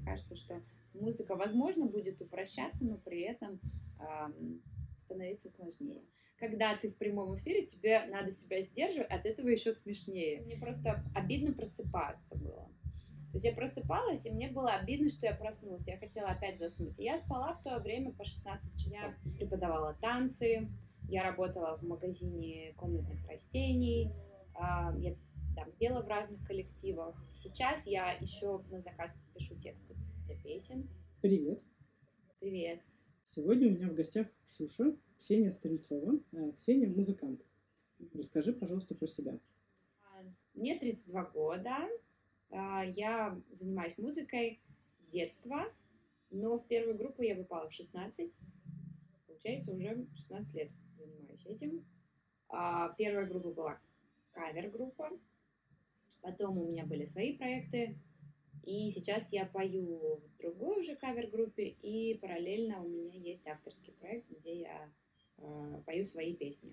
кажется, что музыка, возможно, будет упрощаться, но при этом становиться сложнее. Когда ты в прямом эфире, тебе надо себя сдерживать, от этого еще смешнее. Мне просто обидно просыпаться было. То есть я просыпалась, и мне было обидно, что я проснулась. Я хотела опять заснуть. И я спала в то время по 16 часов. Я преподавала танцы, я работала в магазине комнатных растений, я там пела в разных коллективах. Сейчас я еще на заказ пишу тексты для песен. Привет. Привет. Сегодня у меня в гостях Ксения Стрельцова. Ксения – музыкант. Расскажи, пожалуйста, про себя. Мне 32 года. Я занимаюсь музыкой с детства, но в первую группу я попала в 16. Получается, уже 16 лет занимаюсь этим. Первая группа была кавер-группа. Потом у меня были свои проекты. И сейчас я пою в другой уже кавер-группе. И параллельно у меня есть авторский проект, где я пою свои песни.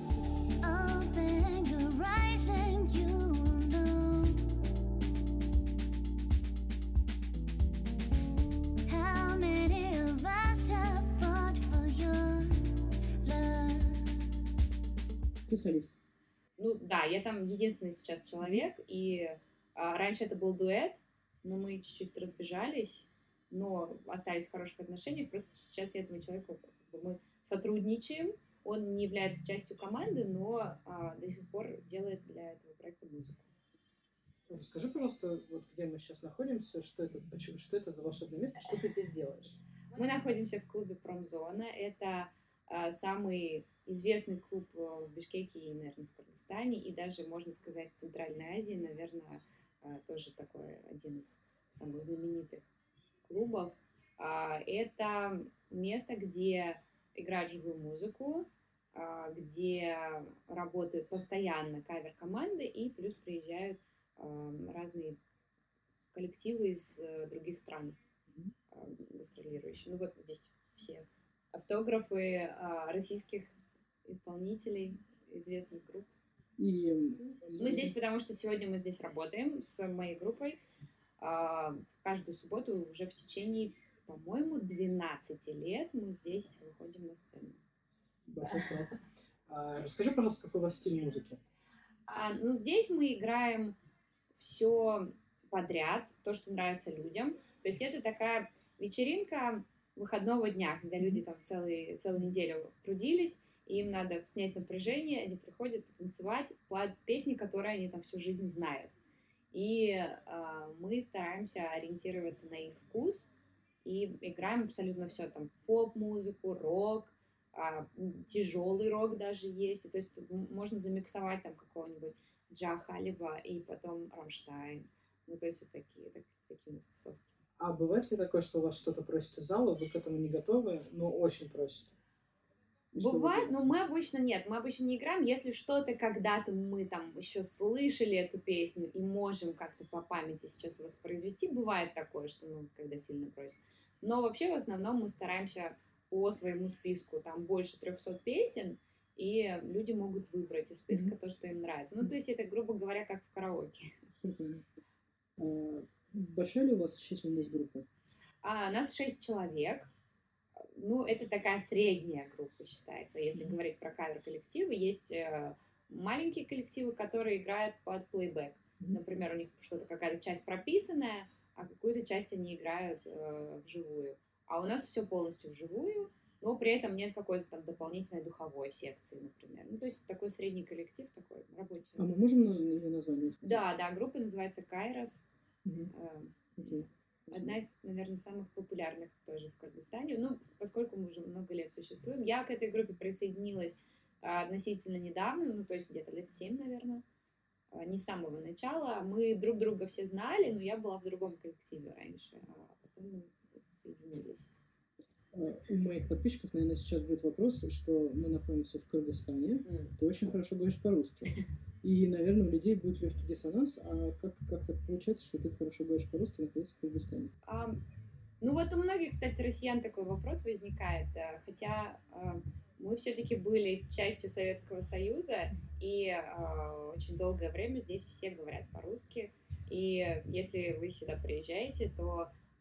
Ты солист. Ну да, я там единственный сейчас человек, и раньше это был дуэт, но мы чуть-чуть разбежались, но остались в хороших отношениях, просто сейчас я этого человека, мы сотрудничаем, он не является частью команды, но до сих пор делает для этого проекта музыку. Расскажи, пожалуйста, вот где мы сейчас находимся, что это за волшебное место, что ты здесь делаешь? Мы находимся в клубе «Промзона», это самый известный клуб в Бишкеке и, наверное, в Кыргызстане, и даже, можно сказать, в Центральной Азии, наверное, тоже такой один из самых знаменитых клубов. Это место, где играют живую музыку, где работают постоянно кавер-команды, и плюс приезжают разные коллективы из других стран гастролирующие. Ну вот здесь все автографы российских исполнителей, известных групп. И Мы здесь, потому что сегодня мы здесь работаем с моей группой. Каждую субботу уже в течение, по-моему, 12 лет мы здесь выходим на сцену. Большой срок. Расскажи, пожалуйста, какой у вас стиль музыки? Ну, здесь мы играем все подряд, то, что нравится людям. То есть это такая вечеринка выходного дня, когда люди там целую неделю трудились, и им надо снять напряжение, они приходят потанцевать под песни, которые они там всю жизнь знают. И мы стараемся ориентироваться на их вкус и играем абсолютно все, там поп-музыку, рок, тяжелый рок даже есть. То есть можно замиксовать там какого-нибудь Джа Халиба и потом Рамштайн. Ну, то есть вот такие тусовки. А бывает ли такое, что у вас что-то просит из зала, вы к этому не готовы, но очень просите? Бывает, но мы обычно нет, мы обычно не играем, если что-то когда-то мы там еще слышали эту песню и можем как-то по памяти сейчас воспроизвести, бывает такое, что, ну, когда сильно просят. Но вообще в основном мы стараемся по своему списку, там больше 300 песен, и люди могут выбрать из списка то, что им нравится. Ну, то есть это, грубо говоря, как в караоке. Большая ли у вас численность группы? Нас 6 человек. Ну, это такая средняя группа считается. Если говорить про кавер-коллективы, есть маленькие коллективы, которые играют под плейбэк. Например, у них что-то, какая-то часть прописанная, а какую-то часть они играют вживую. А у нас все полностью вживую, но при этом нет какой-то там дополнительной духовой секции, например. Ну, то есть такой средний коллектив, такой рабочий. А мы можем ее название сказать? Да, группа называется «Кайрос». Одна из, наверное, самых популярных тоже в Кыргызстане. Ну, поскольку мы уже много лет существуем. Я к этой группе присоединилась относительно недавно, ну, то есть где-то лет 7, наверное. Не с самого начала. Мы друг друга все знали, но я была в другом коллективе раньше, а потом мы соединились. У моих подписчиков, наверное, сейчас будет вопрос, что мы находимся в Кыргызстане. Ты очень хорошо говоришь по-русски. И, наверное, у людей будет легкий диссонанс. А как так получается, что ты хорошо говоришь по-русски, находясь в Кыргызстане? Ну вот у многих, кстати, россиян такой вопрос возникает. Хотя мы все-таки были частью Советского Союза, и очень долгое время здесь все говорят по-русски. И если вы сюда приезжаете, то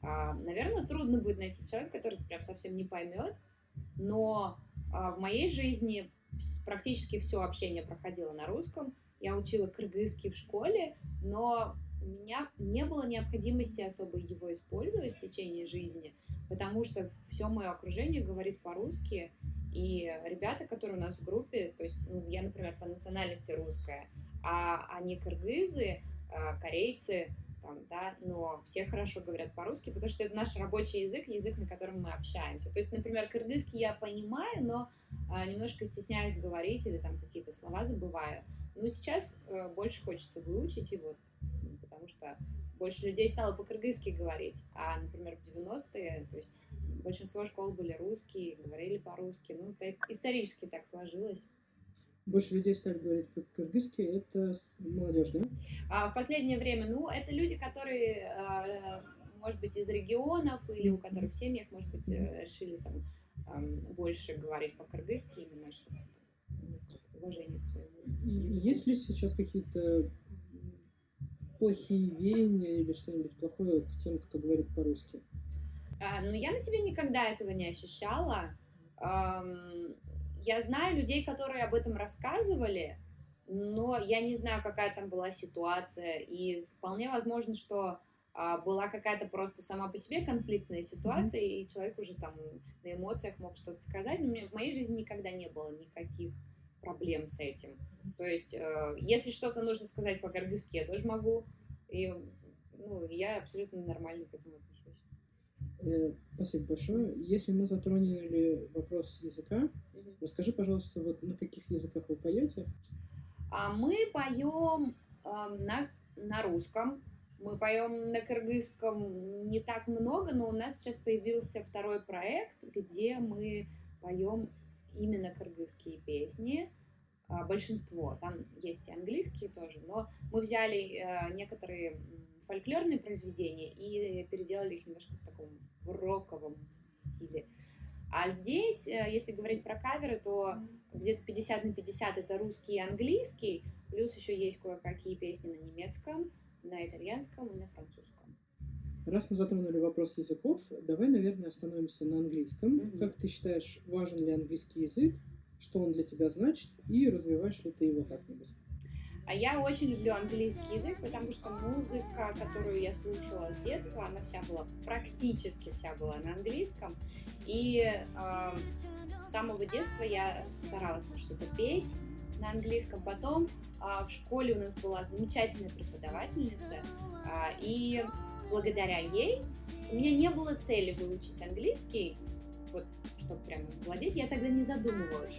Наверное, трудно будет найти человека, который прям совсем не поймет, но в моей жизни практически все общение проходило на русском. Я учила кыргызский в школе, но у меня не было необходимости особо его использовать в течение жизни, потому что все мое окружение говорит по-русски, и ребята, которые у нас в группе, то есть я, например, по национальности русская, а они кыргызы, корейцы, там, да, но все хорошо говорят по-русски, потому что это наш рабочий язык, язык, на котором мы общаемся. То есть, например, кыргызский я понимаю, но немножко стесняюсь говорить или там какие-то слова забываю. Но сейчас больше хочется выучить его, потому что больше людей стало по-кыргызски говорить. А, например, в 90-е, то есть большинство школ были русские, говорили по-русски. Ну, это исторически так сложилось. Больше людей стали говорить по-кыргызски, это молодежь, да? В последнее время, это люди, которые, может быть, из регионов или у которых в семьях, может быть, решили там больше говорить по-кыргызски, именно чтобы уважение к своему языку. Есть ли сейчас какие-то плохие веяния или что-нибудь плохое к тем, кто говорит по-русски? Я на себе никогда этого не ощущала. Я знаю людей, которые об этом рассказывали, но я не знаю, какая там была ситуация, и вполне возможно, что была какая-то просто сама по себе конфликтная ситуация, и человек уже там на эмоциях мог что-то сказать, но в моей жизни никогда не было никаких проблем с этим. То есть, если что-то нужно сказать по-кыргызски, я тоже могу, и я абсолютно нормально к этому отношусь. Спасибо большое. Если мы затронули вопрос языка, расскажи, пожалуйста, вот на каких языках вы поете? Мы поем на русском, мы поем на кыргызском не так много, но у нас сейчас появился второй проект, где мы поем именно кыргызские песни. Большинство, там есть и английские тоже, но мы взяли некоторые фольклорные произведения и переделали их немножко в таком роковом стиле. А здесь, если говорить про каверы, то где-то 50/50 это русский и английский, плюс еще есть кое-какие песни на немецком, на итальянском и на французском. Раз мы затронули вопрос языков, давай, наверное, остановимся на английском. Как ты считаешь, важен ли английский язык, что он для тебя значит, и развиваешь ли ты его как-нибудь? Я очень люблю английский язык, потому что музыка, которую я слушала с детства, она практически вся была на английском. И с самого детства я старалась что-то петь на английском. Потом в школе у нас была замечательная преподавательница, и благодаря ей у меня не было цели выучить английский, вот, чтобы прямо владеть, я тогда не задумывалась.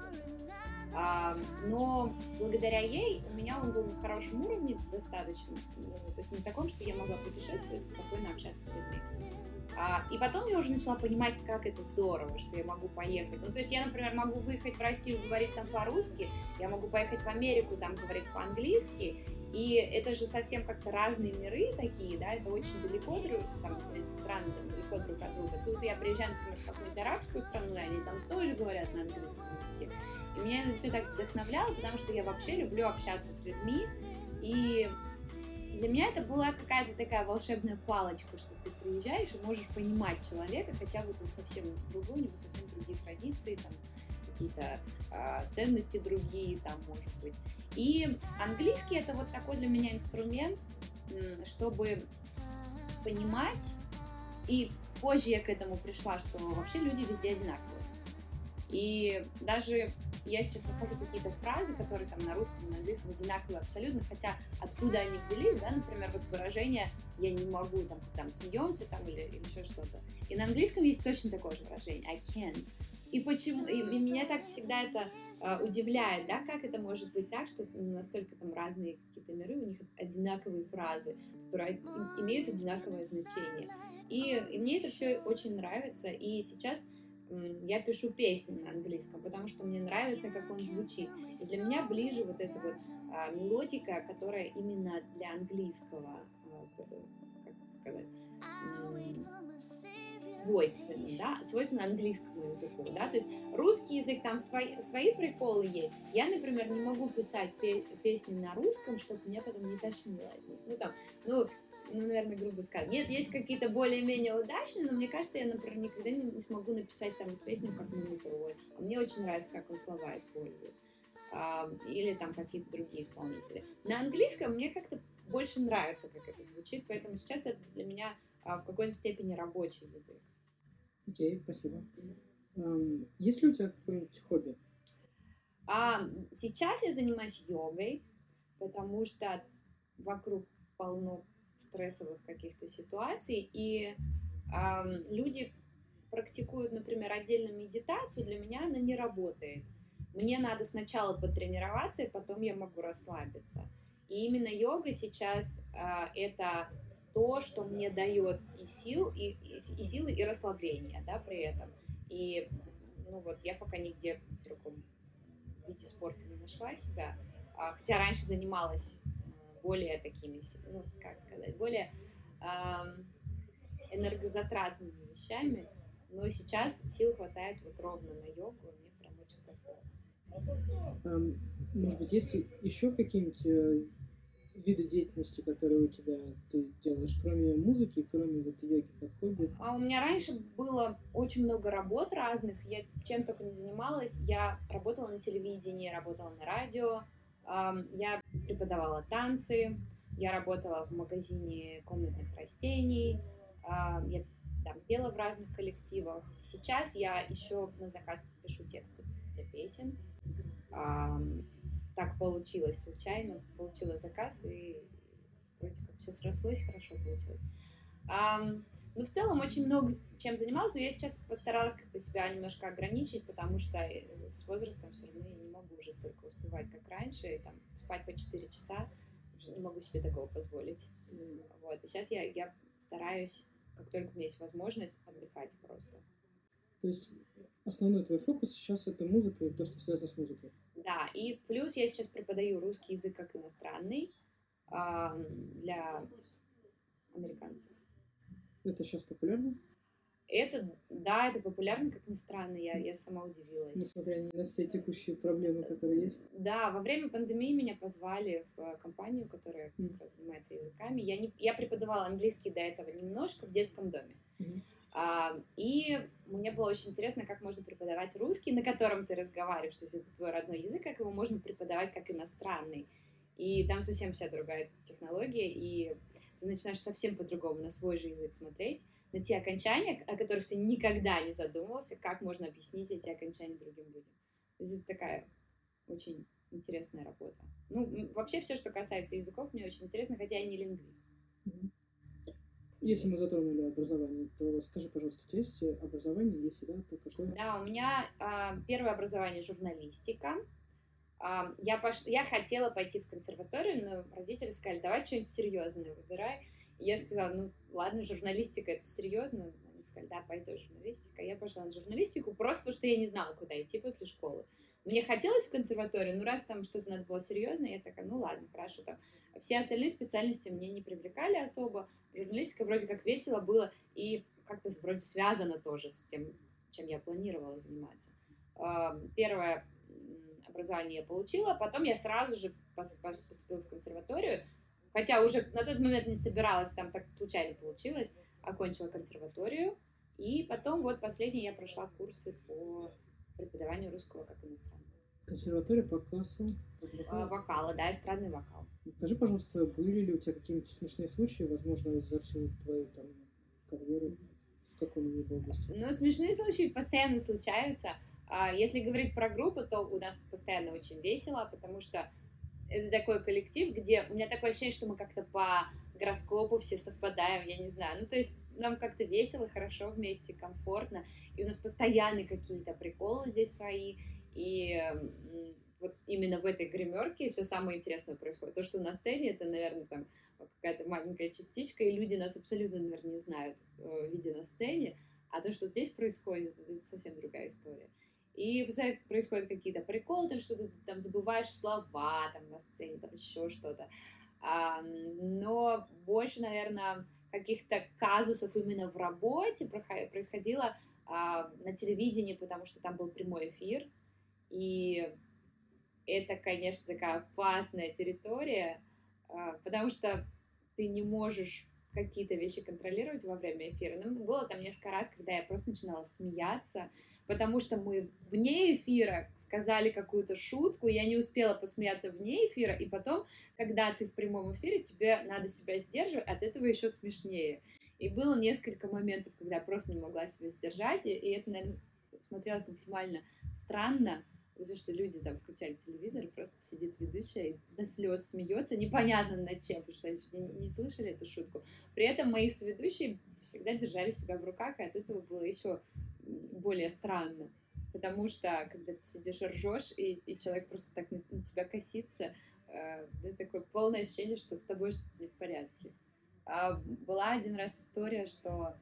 Но благодаря ей у меня он был на хорошем уровне достаточно, то есть не таком, что я могла путешествовать, спокойно общаться с людьми. И потом я уже начала понимать, как это здорово, что я могу поехать. То есть я, например, могу выехать в Россию, говорить там по-русски, я могу поехать в Америку, там говорить по-английски, и это же совсем как-то разные миры такие, да, это очень далеко, там, эти страны там, далеко друг от друга. Тут я приезжаю, например, в какую-нибудь арабскую страну, и они там тоже говорят на английском языке. И меня это все так вдохновляло, потому что я вообще люблю общаться с людьми, и для меня это была какая-то такая волшебная палочка, что ты приезжаешь и можешь понимать человека, хотя бы он совсем другой, у него совсем другие традиции, там, какие-то ценности другие, там, может быть. И английский это вот такой для меня инструмент, чтобы понимать, и позже я к этому пришла, что вообще люди везде одинаковые. И даже я сейчас нахожу какие-то фразы, которые там на русском и на английском одинаковые абсолютно, хотя откуда они взялись, да, например, вот выражение «я не могу», там смеемся там, или еще что-то. И на английском есть точно такое же выражение «I can't». И почему? И меня так всегда это удивляет, да, как это может быть так, что настолько там разные какие-то миры, у них одинаковые фразы, которые имеют одинаковое значение. И мне это все очень нравится, и сейчас я пишу песни на английском, потому что мне нравится, как он звучит. И для меня ближе вот эта вот мелодика, которая именно для английского, как сказать, свойственна, да, свойственна английскому языку, да, то есть русский язык, там свои приколы есть. Я, например, не могу писать песни на русском, чтобы меня потом не тошнило от них. ну, наверное, грубо сказать. Нет, есть какие-то более-менее удачные, но мне кажется, я, например, никогда не смогу написать там песню, как Мумий Тролль. А мне очень нравится, как он слова использует. Или там какие-то другие исполнители. На английском мне как-то больше нравится, как это звучит, поэтому сейчас это для меня в какой-то степени рабочий язык. Окей, спасибо. Есть ли у тебя какое-нибудь хобби? Сейчас я занимаюсь йогой, потому что вокруг полно стрессовых каких-то ситуаций, и люди практикуют, например, отдельно медитацию, для меня она не работает. Мне надо сначала потренироваться, и потом я могу расслабиться. И именно йога сейчас это то, что мне дает и силы, и расслабление, да, при этом. И ну вот я пока нигде в другом виде спорта не нашла себя, хотя раньше занималась более такими, ну, как сказать, более энергозатратными вещами, но сейчас сил хватает вот ровно на йогу, мне прям очень комфортно. Может быть, есть еще какие-нибудь виды деятельности, которые у тебя ты делаешь, кроме музыки, кроме вот йоги как хобби? У меня раньше было очень много работ разных, я чем только не занималась, я работала на телевидении, работала на радио, я преподавала танцы, я работала в магазине комнатных растений, я там пела в разных коллективах. Сейчас я еще на заказ пишу тексты для песен. Так получилось случайно, получила заказ, и вроде как все срослось, хорошо получилось. Ну, в целом, очень много чем занималась, но я сейчас постаралась как-то себя немножко ограничить, потому что с возрастом все равно я не могу уже столько успевать, как раньше, и там спать по 4 часа, уже не могу себе такого позволить. Вот, и сейчас я стараюсь, как только у меня есть возможность, отдыхать просто. То есть основной твой фокус сейчас это музыка и то, что связано с музыкой? Да, и плюс я сейчас преподаю русский язык как иностранный для американцев. Это сейчас популярно? Да, это популярно, как ни странно, я сама удивилась. Несмотря на все текущие проблемы, которые есть? Да, во время пандемии меня позвали в компанию, которая как раз занимается языками. Я преподавала английский до этого немножко в детском доме. И мне было очень интересно, как можно преподавать русский, на котором ты разговариваешь, то есть это твой родной язык, как его можно преподавать как иностранный. И там совсем вся другая технология, и ты начинаешь совсем по-другому на свой же язык смотреть, на те окончания, о которых ты никогда не задумывался, как можно объяснить эти окончания другим людям. То есть это такая очень интересная работа. Ну, вообще все, что касается языков, мне очень интересно, хотя я не лингвист. Если мы затронули образование, то скажи, пожалуйста, у тебя есть образование? Если да, то какое? Да, у меня первое образование журналистика. Я хотела пойти в консерваторию, но родители сказали, давай что-нибудь серьезное выбирай. И я сказала, ну ладно, журналистика это серьезно. Они сказали, да, пойдешь журналистика. Я пошла на журналистику просто потому, что я не знала, куда идти после школы. Мне хотелось в консерваторию, но раз там что-то надо было серьезное, я такая, ну ладно, хорошо. Там. Все остальные специальности мне не привлекали особо. Журналистика вроде как весело было и как-то вроде связано тоже с тем, чем я планировала заниматься. Первое образование я получила, потом я сразу же поступила в консерваторию, хотя уже на тот момент не собиралась, там так случайно получилось, окончила консерваторию, и потом вот последнее я прошла курсы по преподаванию русского как иностранного. Консерватория по классу? Вокала, да, эстрадный вокал. Скажи, пожалуйста, были ли у тебя какие-нибудь смешные случаи, возможно, за всю твою там карьеру в каком-нибудь области? Ну, смешные случаи постоянно случаются. Если говорить про группу, то у нас постоянно очень весело, потому что это такой коллектив, где у меня такое ощущение, что мы как-то по гороскопу все совпадаем, я не знаю. Ну, то есть нам как-то весело, хорошо вместе, комфортно. И у нас постоянно какие-то приколы здесь свои. И вот именно в этой гримерке все самое интересное происходит. То, что на сцене, это, наверное, там какая-то маленькая частичка, и люди нас абсолютно, наверное, не знают, видя на сцене. А то, что здесь происходит, это совсем другая история. И происходят какие-то приколы, там что-то ты там забываешь слова там на сцене, там еще что-то. Но больше, наверное, каких-то казусов именно в работе происходило на телевидении, потому что там был прямой эфир. И это, конечно, такая опасная территория, потому что ты не можешь какие-то вещи контролировать во время эфира. Но было там несколько раз, когда я просто начинала смеяться, потому что мы вне эфира сказали какую-то шутку, я не успела посмеяться вне эфира, и потом, когда ты в прямом эфире, тебе надо себя сдерживать, от этого еще смешнее. И было несколько моментов, когда я просто не могла себя сдержать, и это, наверное, смотрелось максимально странно, потому что люди там включали телевизор, и просто сидит ведущая и до слез смеется, непонятно над чем, потому что они не слышали эту шутку. При этом мои соведущие всегда держали себя в руках, и от этого было еще более странно, потому что когда ты сидишь и ржешь, и человек просто так на тебя косится, это такое полное ощущение, что с тобой что-то не в порядке. Была один раз история, что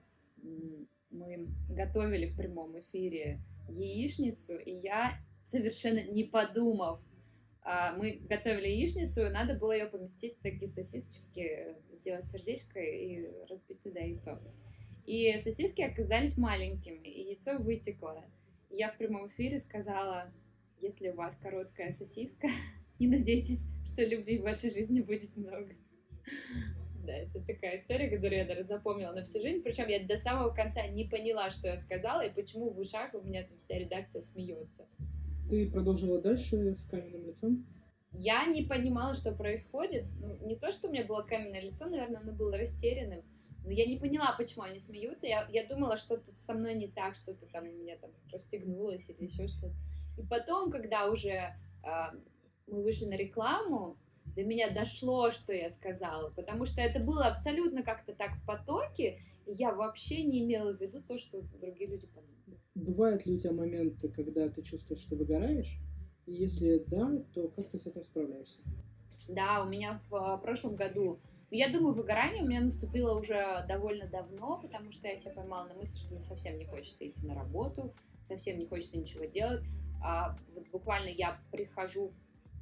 мы готовили в прямом эфире яичницу, и я, совершенно не подумав, мы готовили яичницу, и надо было ее поместить в такие сосисочки, сделать сердечко и разбить туда яйцо. И сосиски оказались маленькими, и яйцо вытекло. И я в прямом эфире сказала: если у вас короткая сосиска, не надейтесь, что любви в вашей жизни будет много. Да, это такая история, которую я даже запомнила на всю жизнь. Причем я до самого конца не поняла, что я сказала, и почему в ушах у меня там вся редакция смеется. Ты продолжила дальше с каменным лицом? Я не понимала, что происходит. Не то, что у меня было каменное лицо, наверное, оно было растерянным. Но я не поняла, почему они смеются. Я думала, что-то со мной не так, что-то там у меня там расстегнулось или еще что-то. И потом, когда уже мы вышли на рекламу, до меня дошло, что я сказала, потому что это было абсолютно как-то так в потоке, и я вообще не имела в виду то, что другие люди подумали. Бывают ли у тебя моменты, когда ты чувствуешь, что выгораешь? И если да, то как ты с этим справляешься? Да, у меня в прошлом году, я думаю, выгорание у меня наступило уже довольно давно, потому что я себя поймала на мысли, что мне совсем не хочется идти на работу, совсем не хочется ничего делать. Вот буквально я прихожу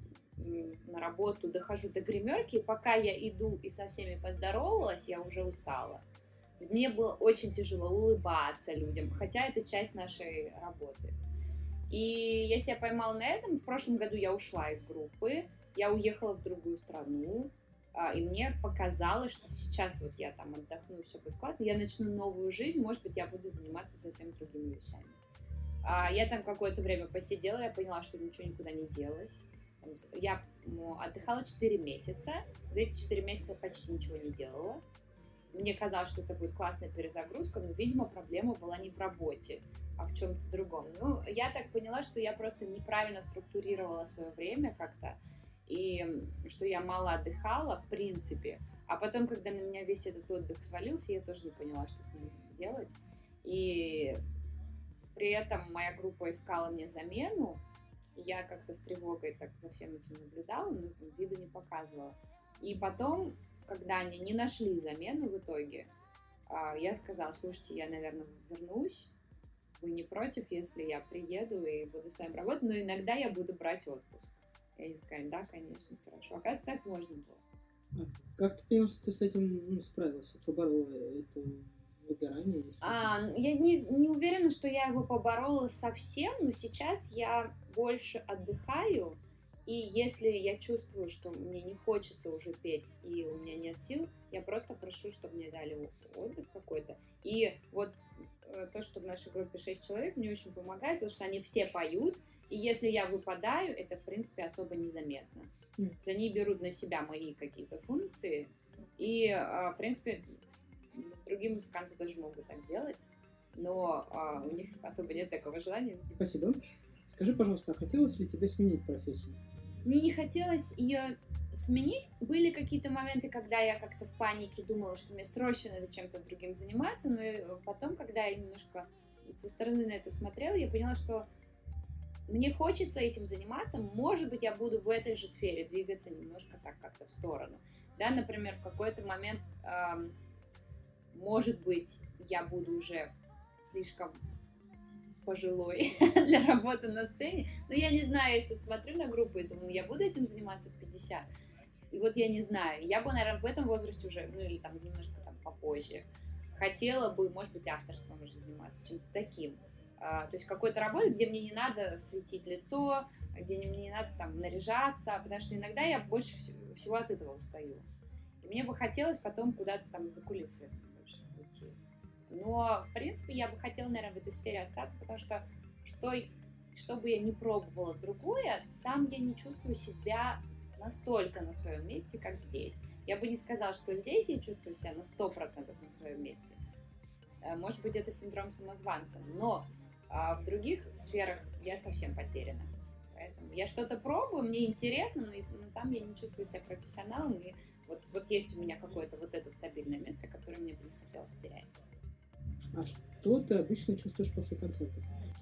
на работу, дохожу до гримерки, и пока я иду и со всеми поздоровалась, я уже устала. Мне было очень тяжело улыбаться людям, хотя это часть нашей работы. И я себя поймала на этом. В прошлом году я ушла из группы, я уехала в другую страну, и мне показалось, что сейчас вот я там отдохну, все будет классно, я начну новую жизнь, может быть, я буду заниматься совсем другими вещами. Я там какое-то время посидела, я поняла, что ничего никуда не делось. Я отдыхала 4 месяца, за эти 4 месяца почти ничего не делала. Мне казалось, что это будет классная перезагрузка, но, видимо, проблема была не в работе, а в чем-то другом. Ну, я так поняла, что я просто неправильно структурировала свое время как-то, и что я мало отдыхала, в принципе. А потом, когда на меня весь этот отдых свалился, я тоже не поняла, что с ним делать. И при этом моя группа искала мне замену, и я как-то с тревогой так за всем этим наблюдала, но виду не показывала. И потом, когда они не нашли замену в итоге, я сказала: слушайте, я, наверное, вернусь, вы не против, если я приеду и буду с вами работать, но иногда я буду брать отпуск. И они сказали: да, конечно, хорошо. Оказывается, так можно было. Как ты поняла, что ты с этим справилась, поборола это выгорание? Я не уверена, что я его поборола совсем, но сейчас я больше отдыхаю, и если я чувствую, что мне не хочется уже петь и у меня нет сил, я просто прошу, чтобы мне дали отдых какой-то. И вот то, что в нашей группе 6 человек, мне очень помогает, потому что они все поют, и если я выпадаю, это, в принципе, особо незаметно. То есть они берут на себя мои какие-то функции, и, в принципе, другие музыканты тоже могут так делать, но у них особо нет такого желания. Спасибо. Скажи, пожалуйста, а хотелось ли тебе сменить профессию? Мне не хотелось ее сменить. Были какие-то моменты, когда я как-то в панике думала, что мне срочно надо чем-то другим заниматься, но потом, когда я немножко со стороны на это смотрела, я поняла, что мне хочется этим заниматься, может быть, я буду в этой же сфере двигаться немножко так как-то в сторону. Да, например, в какой-то момент, может быть, я буду уже слишком пожилой для работы на сцене, но я не знаю, я сейчас смотрю на группу и думаю, я буду этим заниматься в 50, и вот я не знаю, я бы, наверное, в этом возрасте уже, ну или там немножко там попозже, хотела бы, может быть, авторством уже заниматься, чем-то таким, то есть какой-то работой, где мне не надо светить лицо, где мне не надо там наряжаться, потому что иногда я больше всего от этого устаю. И мне бы хотелось потом куда-то там за кулисы больше уйти. Но, в принципе, я бы хотела, наверное, в этой сфере остаться, потому что бы я ни пробовала другое, там я не чувствую себя настолько на своем месте, как здесь. Я бы не сказала, что здесь я чувствую себя на 100% на своем месте. Может быть, это синдром самозванца, но в других сферах я совсем потеряна. Поэтому я что-то пробую, мне интересно, но там я не чувствую себя профессионалом, и вот есть у меня какое-то вот это стабильное место, которое мне бы не хотелось терять. А что ты обычно чувствуешь после концерта?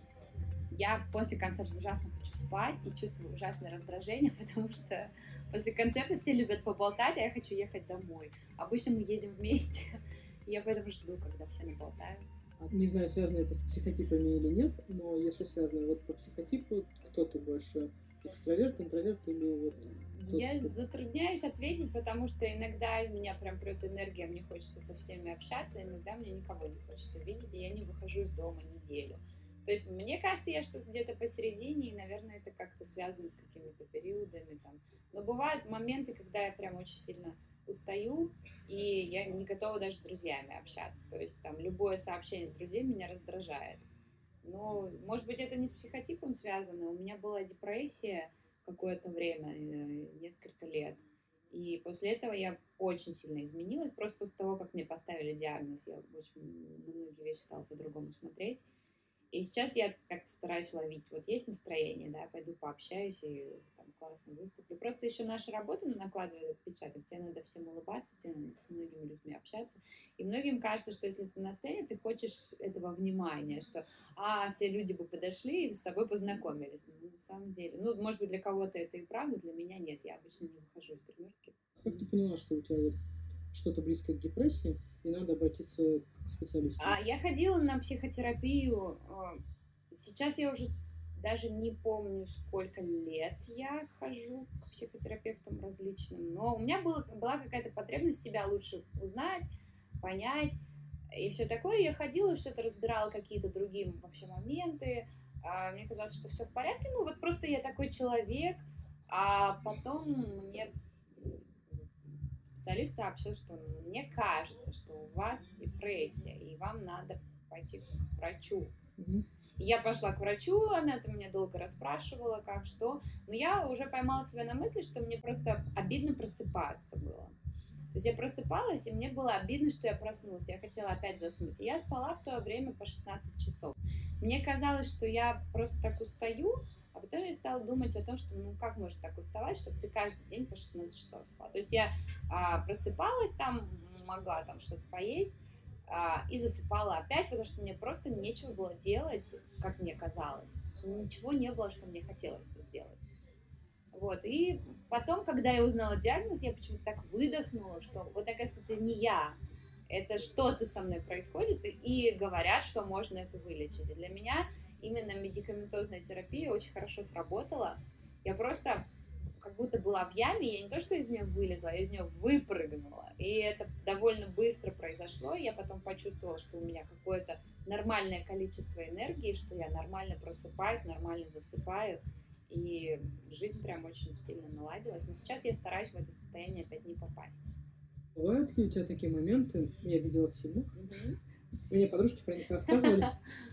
Я после концерта ужасно хочу спать и чувствую ужасное раздражение, потому что после концерта все любят поболтать, а я хочу ехать домой. Обычно мы едем вместе, и я поэтому жду, когда все наболтаются. Не знаю, связано это с психотипами или нет, но если связано, вот по психотипу, кто ты больше, экстраверт, интроверт или вот... Я затрудняюсь ответить, потому что иногда меня прям прет энергия, мне хочется со всеми общаться, иногда мне никого не хочется видеть, и я не выхожу из дома неделю. То есть мне кажется, я что-то где-то посередине, и, наверное, это как-то связано с какими-то периодами там. Но бывают моменты, когда я прям очень сильно устаю, и я не готова даже с друзьями общаться. То есть там любое сообщение с друзьями меня раздражает. Но, может быть, это не с психотипом связано. У меня была депрессия какое-то время, несколько лет. И после этого я очень сильно изменилась. Просто после того, как мне поставили диагноз, я очень на многие вещи стала по-другому смотреть. И сейчас я как-то стараюсь ловить. Вот есть настроение, да, пойду пообщаюсь и там классно выступлю. Просто еще наша работа накладывает отпечаток. Тебе надо всем улыбаться, тебе надо с многими людьми общаться. И многим кажется, что если ты на сцене, ты хочешь этого внимания, что все люди бы подошли и с тобой познакомились. Но на самом деле, может быть, для кого-то это и правда, для меня нет. Я обычно не выхожу из гримерки. Как ты поняла, что у тебя вот что-то близко к депрессии, и надо обратиться к специалисту? Я ходила на психотерапию. Сейчас я уже даже не помню, сколько лет я хожу к психотерапевтам различным. Но у меня была какая-то потребность себя лучше узнать, понять и все такое. Я ходила, что-то разбирала, какие-то другие вообще моменты. Мне казалось, что все в порядке. Вот просто я такой человек. А потом мне специалист сообщил, что мне кажется, что у вас депрессия, и вам надо пойти к врачу. Я пошла к врачу, она это меня долго расспрашивала, как, что. Но я уже поймала себя на мысли, что мне просто обидно просыпаться было. То есть я просыпалась, и мне было обидно, что я проснулась. Я хотела опять заснуть. И я спала в то время по 16 часов. Мне казалось, что я просто так устаю, а потом я стала думать о том, что как можно так уставать, чтобы ты каждый день по 16 часов спала. То есть я просыпалась там, могла там что-то поесть, и засыпала опять, потому что мне просто нечего было делать, как мне казалось. Ничего не было, что мне хотелось бы сделать. И потом, когда я узнала диагноз, я почему-то так выдохнула, что вот, оказывается, не я, это что-то со мной происходит, и говорят, что можно это вылечить. И для меня именно медикаментозная терапия очень хорошо сработала. Я просто как будто была в яме, я не то, что из нее вылезла, я из нее выпрыгнула. И это довольно быстро произошло. Я потом почувствовала, что у меня какое-то нормальное количество энергии, что я нормально просыпаюсь, нормально засыпаю. И жизнь прям очень сильно наладилась. Но сейчас я стараюсь в это состояние опять не попасть. Бывают ли у тебя такие моменты, я видела в фильмах, мне подружки про них рассказывали,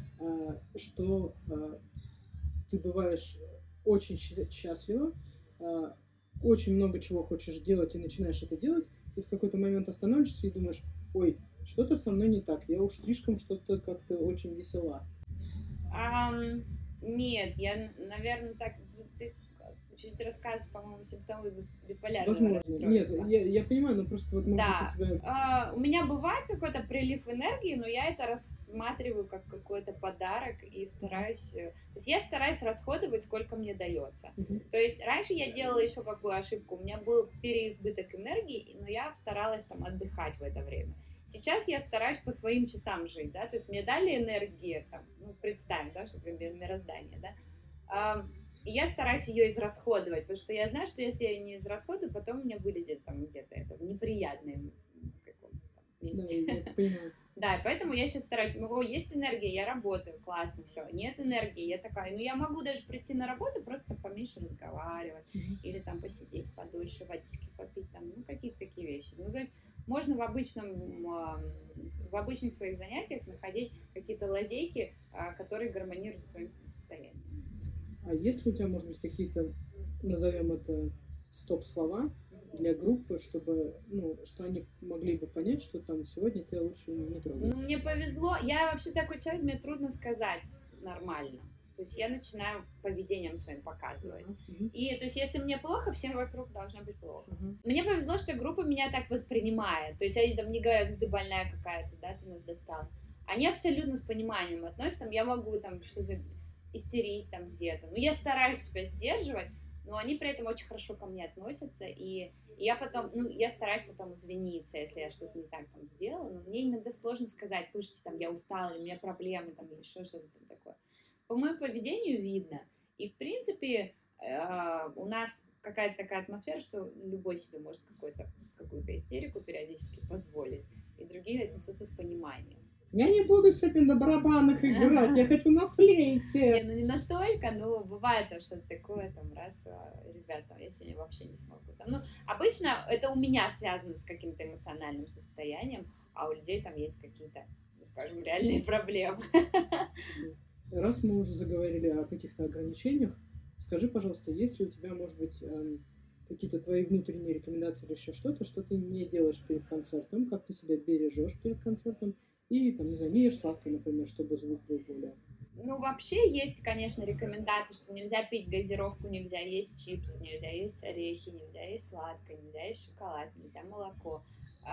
что ты бываешь очень счастлива, очень много чего хочешь делать и начинаешь это делать, и в какой-то момент останавливаешься и думаешь, ой, что-то со мной не так, я уж слишком что-то как-то очень весела. Нет, я, наверное, так... Ты чуть рассказываешь, по-моему, симптомы биполярного Возможно. расстройства. Нет, я понимаю, но просто вот может быть у тебя... у меня бывает какой-то прилив энергии, но я это рассматриваю как какой-то подарок и стараюсь... То есть я стараюсь расходовать, сколько мне дается. То есть раньше я делала еще какую ошибку. У меня был переизбыток энергии, но я старалась там отдыхать в это время. Сейчас я стараюсь по своим часам жить, да, то есть мне дали энергию, там, представим, да, что мироздание, да, и я стараюсь ее израсходовать, потому что я знаю, что если я ее не израсходую, потом у меня вылезет там где-то это в неприятном каком-то там вместе. Да, я понимаю. Да, и поэтому я сейчас стараюсь, есть энергия, я работаю, классно, все. Нет энергии, я такая, я могу даже прийти на работу, просто поменьше разговаривать, или там посидеть подольше, водички попить, там, какие-то такие вещи. То есть можно в обычных своих занятиях находить какие-то лазейки, которые гармонируют с твоим состоянием. А есть ли у тебя, может быть, какие-то, назовем это, стоп-слова для группы, чтобы, что они могли бы понять, что там сегодня тебя лучше не трогать? Мне повезло. Я вообще такой человек, мне трудно сказать нормально. То есть я начинаю поведением своим показывать. И то есть если мне плохо, всем вокруг должно быть плохо. Мне повезло, что группа меня так воспринимает. То есть они там не говорят, ты больная какая-то, да, ты нас достал. Они абсолютно с пониманием относятся. Я могу там что-то истерить там где-то. Я стараюсь себя сдерживать, но они при этом очень хорошо ко мне относятся. И я потом, я стараюсь потом извиниться, если я что-то не так там сделала, но мне иногда сложно сказать, слушайте, там, я устала, или у меня проблемы, там, или еще что-то там такое. По моему поведению видно. И, в принципе, у нас какая-то такая атмосфера, что любой себе может какую-то истерику периодически позволить, и другие отнесутся с пониманием. Я не буду сегодня на барабанах играть, я хочу на флейте. Не настолько, но бывает там что-то такое, там, раз, ребята, я сегодня вообще не смогу. Обычно это у меня связано с каким-то эмоциональным состоянием, а у людей там есть какие-то, скажем, реальные проблемы. Раз мы уже заговорили о каких-то ограничениях, скажи, пожалуйста, есть ли у тебя, может быть, какие-то твои внутренние рекомендации или еще что-то, что ты не делаешь перед концертом, как ты себя бережешь перед концертом, и, там, не знаю, не ешь сладкое, например, чтобы звук был более... Вообще есть, конечно, рекомендации, что нельзя пить газировку, нельзя есть чипсы, нельзя есть орехи, нельзя есть сладкое, нельзя есть шоколад, нельзя молоко.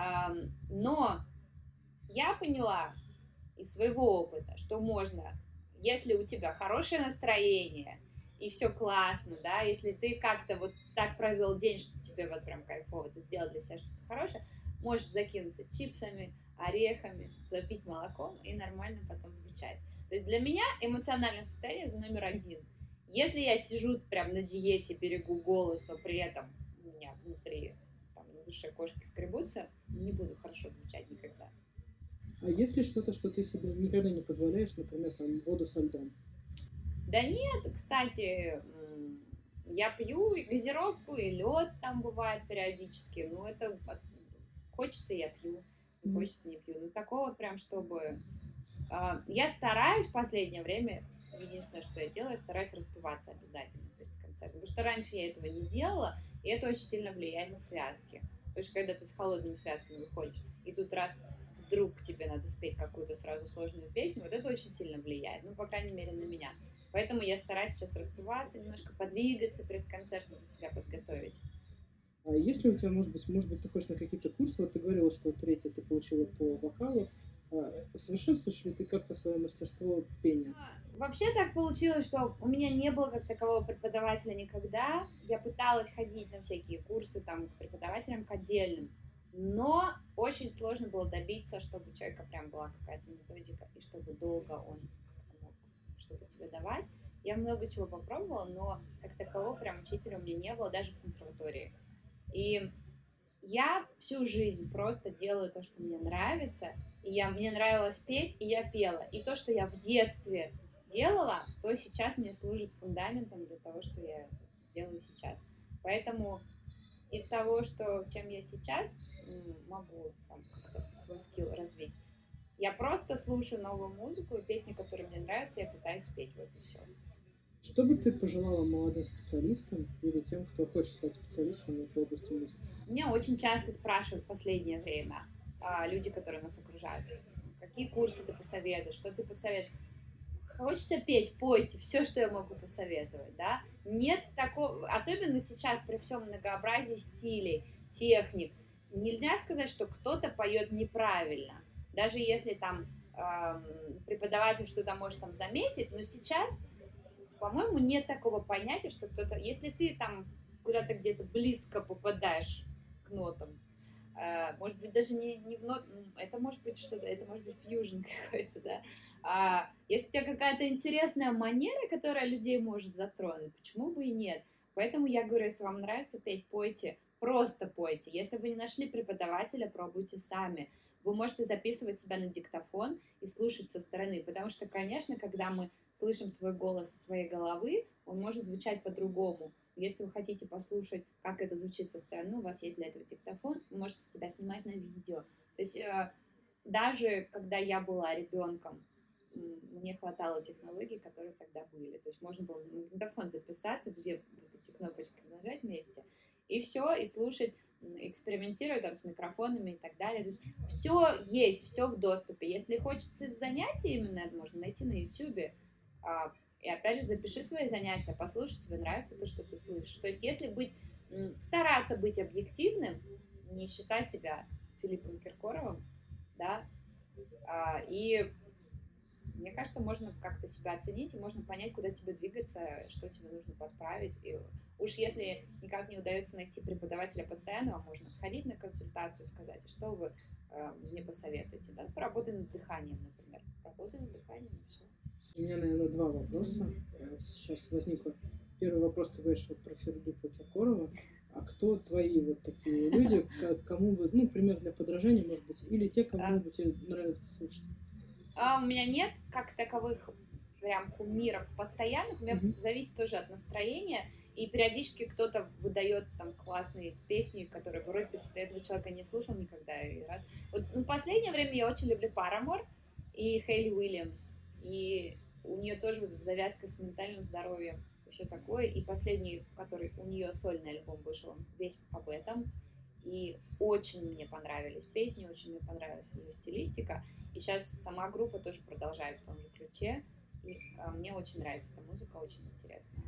Но я поняла из своего опыта, что можно, если у тебя хорошее настроение, и все классно, да, если ты как-то вот так провел день, что тебе вот прям кайфово, ты сделал для себя что-то хорошее, можешь закинуться чипсами, орехами, запить молоком и нормально потом звучать. То есть для меня эмоциональное состояние это номер один. Если я сижу прям на диете, берегу голос, но при этом у меня внутри, там, на душе кошки скребутся, не буду хорошо звучать никогда. А есть ли что-то, что ты себе никогда не позволяешь, например, там, воду со льдом? Да нет, кстати, я пью и газировку, и лед там бывает периодически, это хочется, я пью, не хочется, не пью. Такого прям, чтобы... Я стараюсь в последнее время, единственное, что я делаю, я стараюсь распиваться обязательно перед концертом, потому что раньше я этого не делала, и это очень сильно влияет на связки. Потому что когда ты с холодными связками выходишь, и тут раз вдруг тебе надо спеть какую-то сразу сложную песню, вот это очень сильно влияет, по крайней мере, на меня. Поэтому я стараюсь сейчас распиваться, немножко подвигаться перед концертом, себя подготовить. А есть ли у тебя, может быть, ты ходишь на какие-то курсы? Вот ты говорила, что третье ты получила по вокалу. Совершенствуешь ли ты как-то свое мастерство пения? Вообще так получилось, что у меня не было как такового преподавателя никогда. Я пыталась ходить на всякие курсы там, к преподавателям, к отдельным. Но очень сложно было добиться, чтобы у человека прям была какая-то методика, и чтобы долго он мог что-то тебе давать. Я много чего попробовала, но как такового прям учителя у меня не было, даже в консерватории. И я всю жизнь просто делаю то, что мне нравится, и мне нравилось петь, и я пела. И то, что я в детстве делала, то сейчас мне служит фундаментом для того, что я делаю сейчас. Поэтому из того, чем я сейчас могу там, как-то свой скилл развить, я просто слушаю новую музыку, и песни, которые мне нравятся, я пытаюсь петь, вот и все. Что бы ты пожелала молодым специалистам или тем, кто хочет стать специалистом в области музыки? Меня очень часто спрашивают в последнее время люди, которые нас окружают, какие курсы ты посоветуешь, что ты посоветуешь. Хочется петь, пойте, все, что я могу посоветовать, да. Нет такого, особенно сейчас при всем многообразии стилей, техник, нельзя сказать, что кто-то поет неправильно, даже если там преподаватель что-то может там заметить, но сейчас, по-моему, нет такого понятия, что кто-то, если ты там куда-то где-то близко попадаешь к нотам, может быть, даже не в нот, это может быть что-то, это может быть фьюжн какой-то, да. Если у тебя какая-то интересная манера, которая людей может затронуть, почему бы и нет? Поэтому я говорю, если вам нравится петь, пойте, просто пойте. Если вы не нашли преподавателя, пробуйте сами. вы можете записывать себя на диктофон и слушать со стороны, потому что, конечно, когда мы слышим свой голос из своей головы, он может звучать по-другому. Если вы хотите послушать, как это звучит со стороны, у вас есть для этого диктофон, вы можете себя снимать на видео. То есть даже когда я была ребенком, мне хватало технологий, которые тогда были. То есть можно было на магнитофон записаться, две вот эти кнопочки нажать вместе, и все, и слушать, экспериментировать там с микрофонами и так далее. То есть все есть, все в доступе. Если хочется занятия именно, это можно найти на YouTube. И опять же, запиши свои занятия, послушай, тебе нравится то, что ты слышишь. То есть если стараться быть объективным, не считать себя Филиппом Киркоровым, да, и мне кажется, можно как-то себя оценить, и можно понять, куда тебе двигаться, что тебе нужно подправить. И уж если никак не удается найти преподавателя постоянного, можно сходить на консультацию, сказать, что вы мне посоветуете. Да? Поработай над дыханием, например. Работай над дыханием, и все. У меня, наверное, два вопроса. Сейчас возникло. Первый вопрос, ты говоришь вот про Филиппа Киркорова. А кто твои вот такие люди, кому вы, пример для подражания, может быть, или те, кому бы тебе нравится слушать? У меня нет как таковых прям кумиров постоянных, у меня зависит тоже от настроения, и периодически кто-то выдает там классные песни, которые вроде ты этого человека не слушал никогда. И раз. Вот, в последнее время я очень люблю Paramore и Хейли Уильямс, и у нее тоже вот завязка с ментальным здоровьем, еще такое, и последний, который у нее сольный альбом вышел, он весь об этом, и очень мне понравились песни, очень мне понравилась ее стилистика. И сейчас сама группа тоже продолжает в том же ключе. И мне очень нравится эта музыка, очень интересная.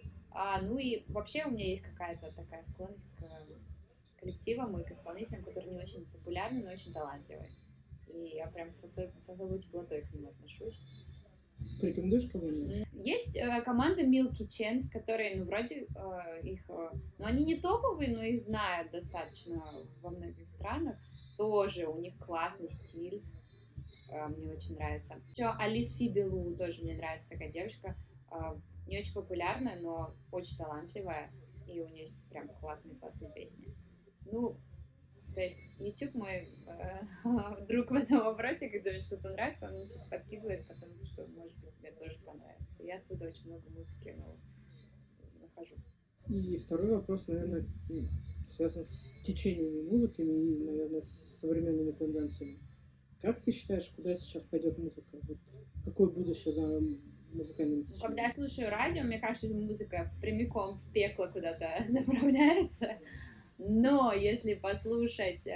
И вообще у меня есть какая-то такая склонность к коллективам и к исполнителям, которые не очень популярны, но очень талантливые. И я прям с особой теплотой к ним отношусь. Порекомендуешь кого-нибудь? Есть команда Milky Chance, которые, вроде их... они не топовые, но их знают достаточно во многих странах. Тоже у них классный стиль. Мне очень нравится. Еще Алис Фибелу тоже мне нравится, такая девочка. Не очень популярная, но очень талантливая. И у нее есть прям классные песни. То есть YouTube мой друг в этом вопросе, когда мне что-то нравится, он мне что-то подкидывает, потому что, может быть, мне тоже понравится. Я оттуда очень много музыки нахожу. И второй вопрос, наверное, связан с течениями музыками и, наверное, с современными тенденциями. Как ты считаешь, куда сейчас пойдет музыка? Вот какое будущее за музыкальным течением? Когда я слушаю радио, мне кажется, музыка прямиком в пекло куда-то направляется. Но если послушать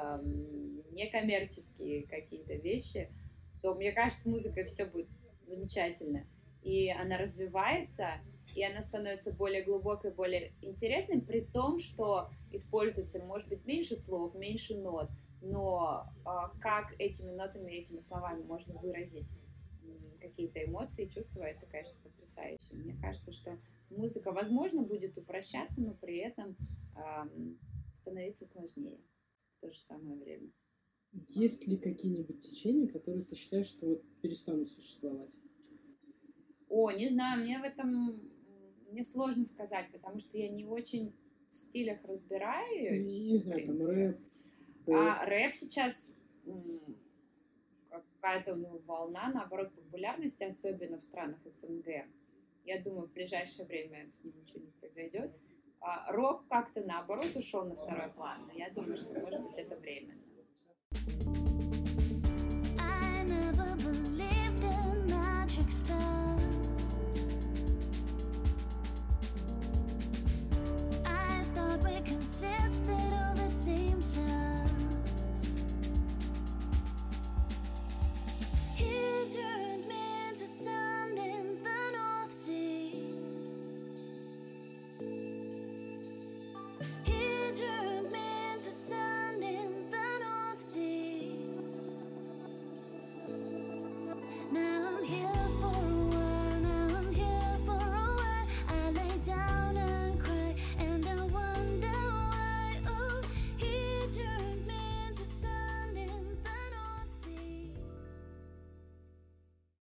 некоммерческие какие-то вещи, то, мне кажется, с музыкой все будет замечательно. И она развивается, и она становится более глубокой, более интересной, при том, что используется, может быть, меньше слов, меньше нот. Но как этими нотами, этими словами можно выразить какие-то эмоции, чувства, это, конечно, потрясающе. Мне кажется, что музыка, возможно, будет упрощаться, но при этом становиться сложнее в то же самое время. Есть ли какие-нибудь течения, которые ты считаешь, что вот перестанут существовать? Не знаю, мне сложно сказать, потому что я не очень в стилях разбираюсь. Не знаю, там рэп. Рэп сейчас какая-то у него волна, наоборот, популярности, особенно в странах СНГ. Я думаю, в ближайшее время с ним ничего не произойдет. Рок как-то, наоборот, ушел на второй план. Но я думаю, что, может быть, это временно.